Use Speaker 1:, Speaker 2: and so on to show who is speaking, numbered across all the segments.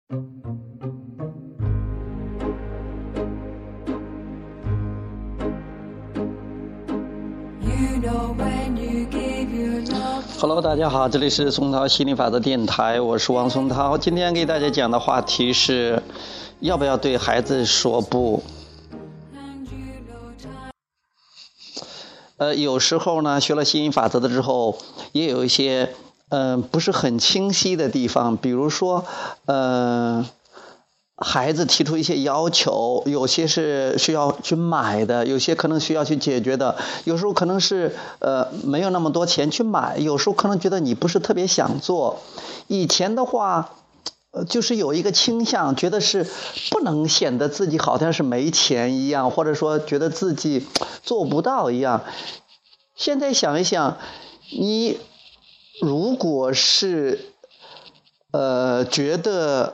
Speaker 1: Hello， 大家好，这里是松涛心理法则电台，我是王松涛。今天给大家讲的话题是要不要对孩子说不。有时候呢，学了心理法则的之后，也有一些不是很清晰的地方，比如说孩子提出一些要求，有些是需要去买的，有些可能需要去解决的，有时候可能是没有那么多钱去买，有时候可能觉得你不是特别想做。以前的话就是有一个倾向，觉得是不能显得自己好像是没钱一样，或者说觉得自己做不到一样。现在想一想，你如果是觉得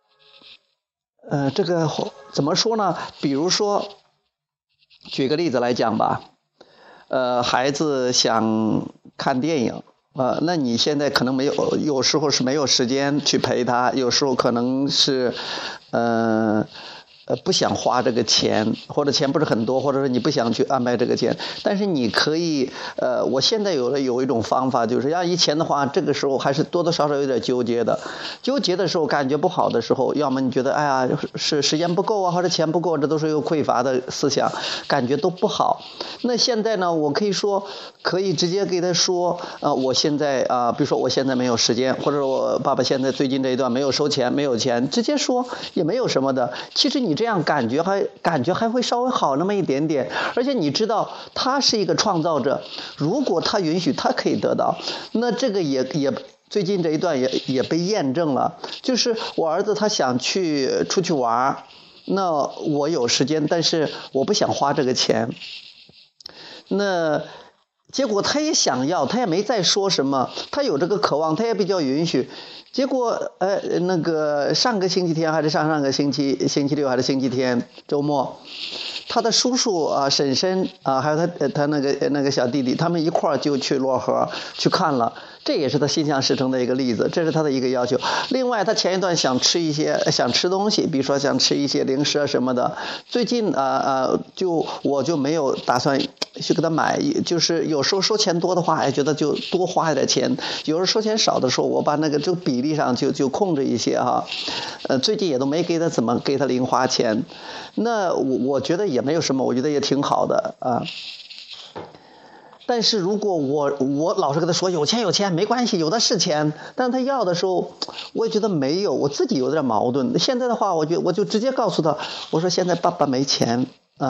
Speaker 1: 这个怎么说呢？比如说举个例子来讲吧，孩子想看电影，那你现在可能有时候是没有时间去陪他，有时候可能是不想花这个钱，或者钱不是很多，或者说你不想去安排这个钱，但是你可以我现在有一种方法，就是像以前的话，这个时候还是多多少少有点纠结的时候，感觉不好的时候，要么你觉得哎呀是时间不够啊，或者钱不够，这都是有匮乏的思想，感觉都不好。那现在呢，我可以直接给他说我现在比如说我现在没有时间，或者我爸爸现在最近这一段没有收钱，没有钱，直接说也没有什么的。其实你这样感觉还会稍微好那么一点点，而且你知道他是一个创造者，如果他允许，他可以得到。那这个也最近这一段也被验证了，就是我儿子他想出去玩，那我有时间，但是我不想花这个钱。那结果他也想要，他也没再说什么，他有这个渴望，他也比较允许。结果那个上个星期天还是上个星期六还是星期天周末，他的叔叔婶婶还有他那个小弟弟，他们一块儿就去漯河去看了，这也是他心想事成的一个例子，这是他的一个要求。另外他前一段想吃东西，比如说想吃一些零食什么的，最近我就没有打算去给他买，就是有时候收钱多的话觉得就多花一点钱，有时候收钱少的时候我把那个这个比例上就控制一些最近也都没怎么给他零花钱。那我觉得也没有什么，我觉得也挺好的但是如果我老是跟他说有钱没关系，有的是钱，但他要的时候我也觉得没有，我自己有点矛盾。现在的话我就直接告诉他，我说现在爸爸没钱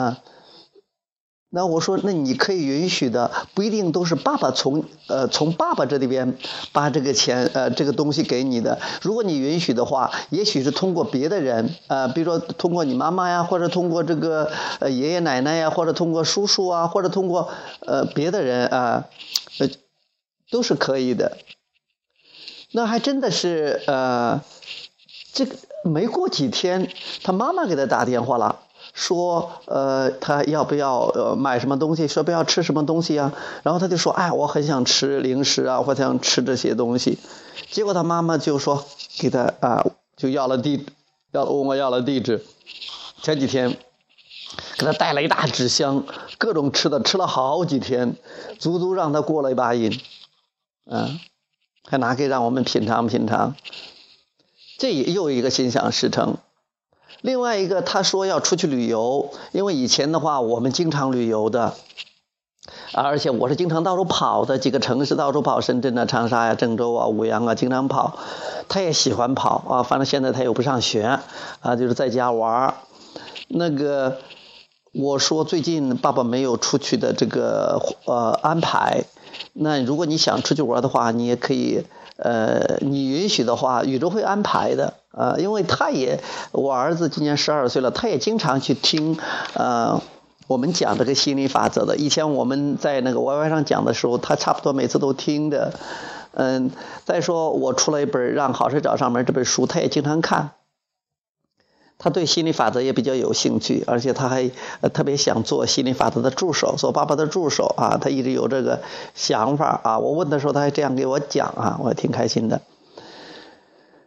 Speaker 1: 那我说那你可以允许的，不一定都是爸爸从爸爸这里边把这个钱这个东西给你的。如果你允许的话，也许是通过别的人比如说通过你妈妈呀，或者通过这个爷爷奶奶呀，或者通过叔叔啊，或者通过别的人都是可以的。那还真的是这个没过几天，他妈妈给他打电话了，说他要不要买什么东西，说不要吃什么东西啊，然后他就说我很想吃零食啊，或想吃这些东西。结果他妈妈就说给他就问我要了地址，前几天给他带了一大纸箱各种吃的，吃了好几天，足足让他过了一把瘾还拿给让我们品尝品尝。这又一个心想事成。另外一个他说要出去旅游，因为以前的话我们经常旅游的而且我是经常到处跑的，几个城市到处跑，深圳长沙郑州武阳经常跑。他也喜欢跑反正现在他又不上学就是在家玩。那个我说最近爸爸没有出去的这个安排，那如果你想出去玩的话，你也可以你允许的话，宇宙会安排的因为我儿子今年12岁了，他也经常去听我们讲这个心理法则的。以前我们在那个 YY 上讲的时候，他差不多每次都听的。再说我出了一本《让好事找上门》这本书，他也经常看。他对心理法则也比较有兴趣，而且他还特别想做心理法则的助手，做爸爸的助手他一直有这个想法我问的时候他还这样给我讲我挺开心的。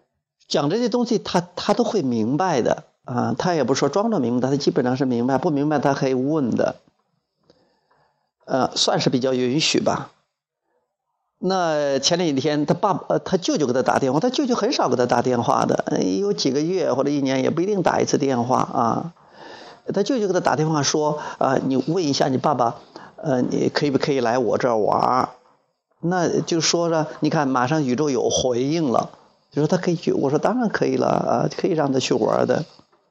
Speaker 1: 讲这些东西他都会明白的啊，他也不说装着明白，他基本上是明白，不明白他可以问的，算是比较允许吧。那前几天他舅舅给他打电话，他舅舅很少给他打电话的，有几个月或者1年也不一定打一次电话啊。他舅舅给他打电话说你问一下你爸爸，你可不可以来我这儿玩？那就说了，你看马上宇宙有回应了，就说他可以去。我说当然可以了啊，可以让他去玩的。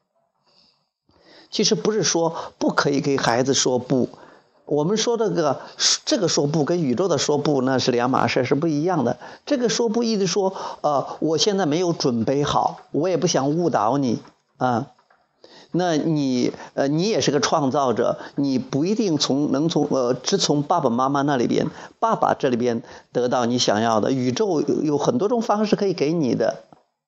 Speaker 1: 其实不是说不可以给孩子说不，我们说这个说不跟宇宙的说不那是两码事，是不一样的。这个说不意思说我现在没有准备好，我也不想误导你啊。那你也是个创造者，你不一定只从爸爸妈妈那里边，爸爸这里边得到你想要的。宇宙有很多种方式可以给你的。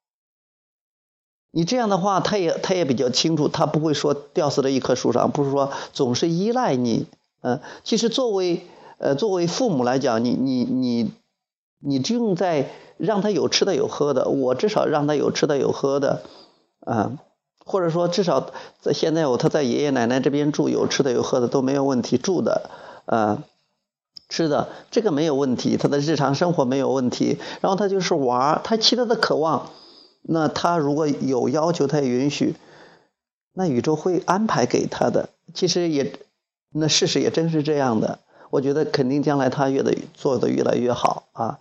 Speaker 1: 你这样的话，他也比较清楚，他不会说吊死在一棵树上，不是说总是依赖你。其实作为父母来讲，你正在让他有吃的有喝的，我至少让他有吃的有喝的或者说至少现在他在爷爷奶奶这边住，有吃的有喝的都没有问题，住的吃的这个没有问题，他的日常生活没有问题，然后他就是玩，他其他的渴望，那他如果有要求他也允许，那宇宙会安排给他的。其实那事实也真是这样的，我觉得肯定将来他做得越来越好啊。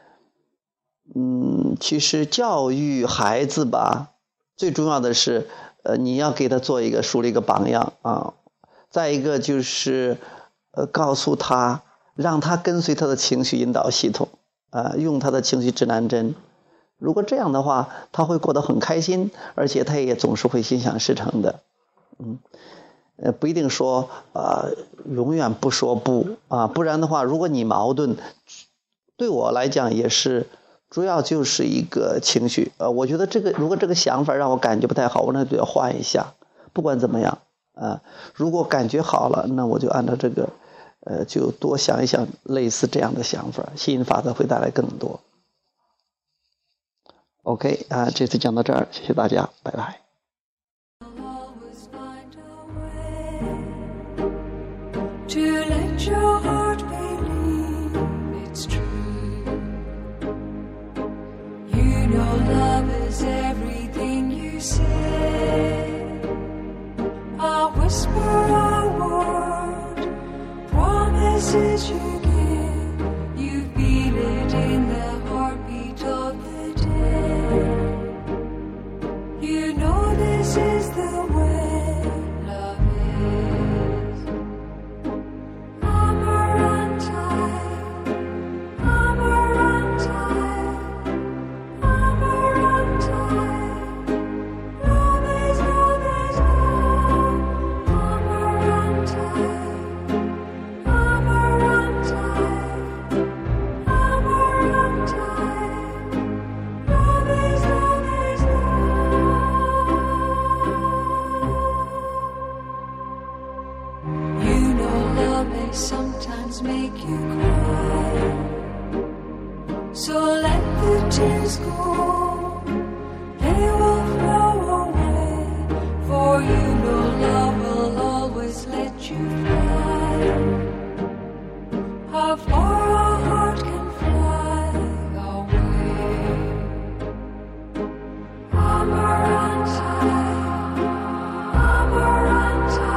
Speaker 1: 其实教育孩子吧，最重要的是你要给他树立一个榜样啊。再一个就是告诉他，让他跟随他的情绪引导系统用他的情绪指南针。如果这样的话，他会过得很开心，而且他也总是会心想事成的。不一定说永远不说不不然的话，如果你矛盾，对我来讲也是主要就是一个情绪我觉得如果这个想法让我感觉不太好，我那就要换一下。不管怎么样如果感觉好了，那我就按照这个就多想一想类似这样的想法，吸引法则会带来更多。OK 这次讲到这儿，谢谢大家，拜拜。
Speaker 2: To let your heart believe it's true. You know love is everything you say. A whisper, a word, promises you give. You feel it in the heartbeat of the day. You know this is the way love is. Sometimes make you cry, so let the tears go, they will flow away, for you know love will always let you fly. How far a heart can fly away. Amarante, Amarante,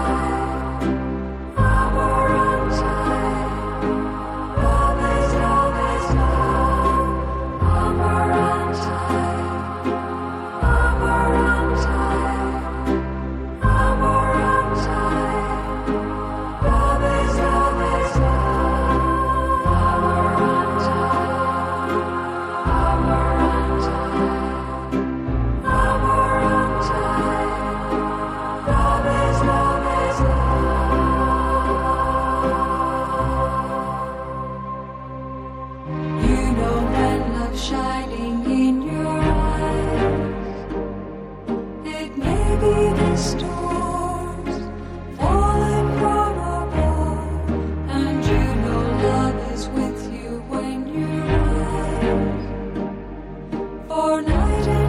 Speaker 2: shining in your eyes. It may be the storms falling from above, and you know love is with you when you rise. For night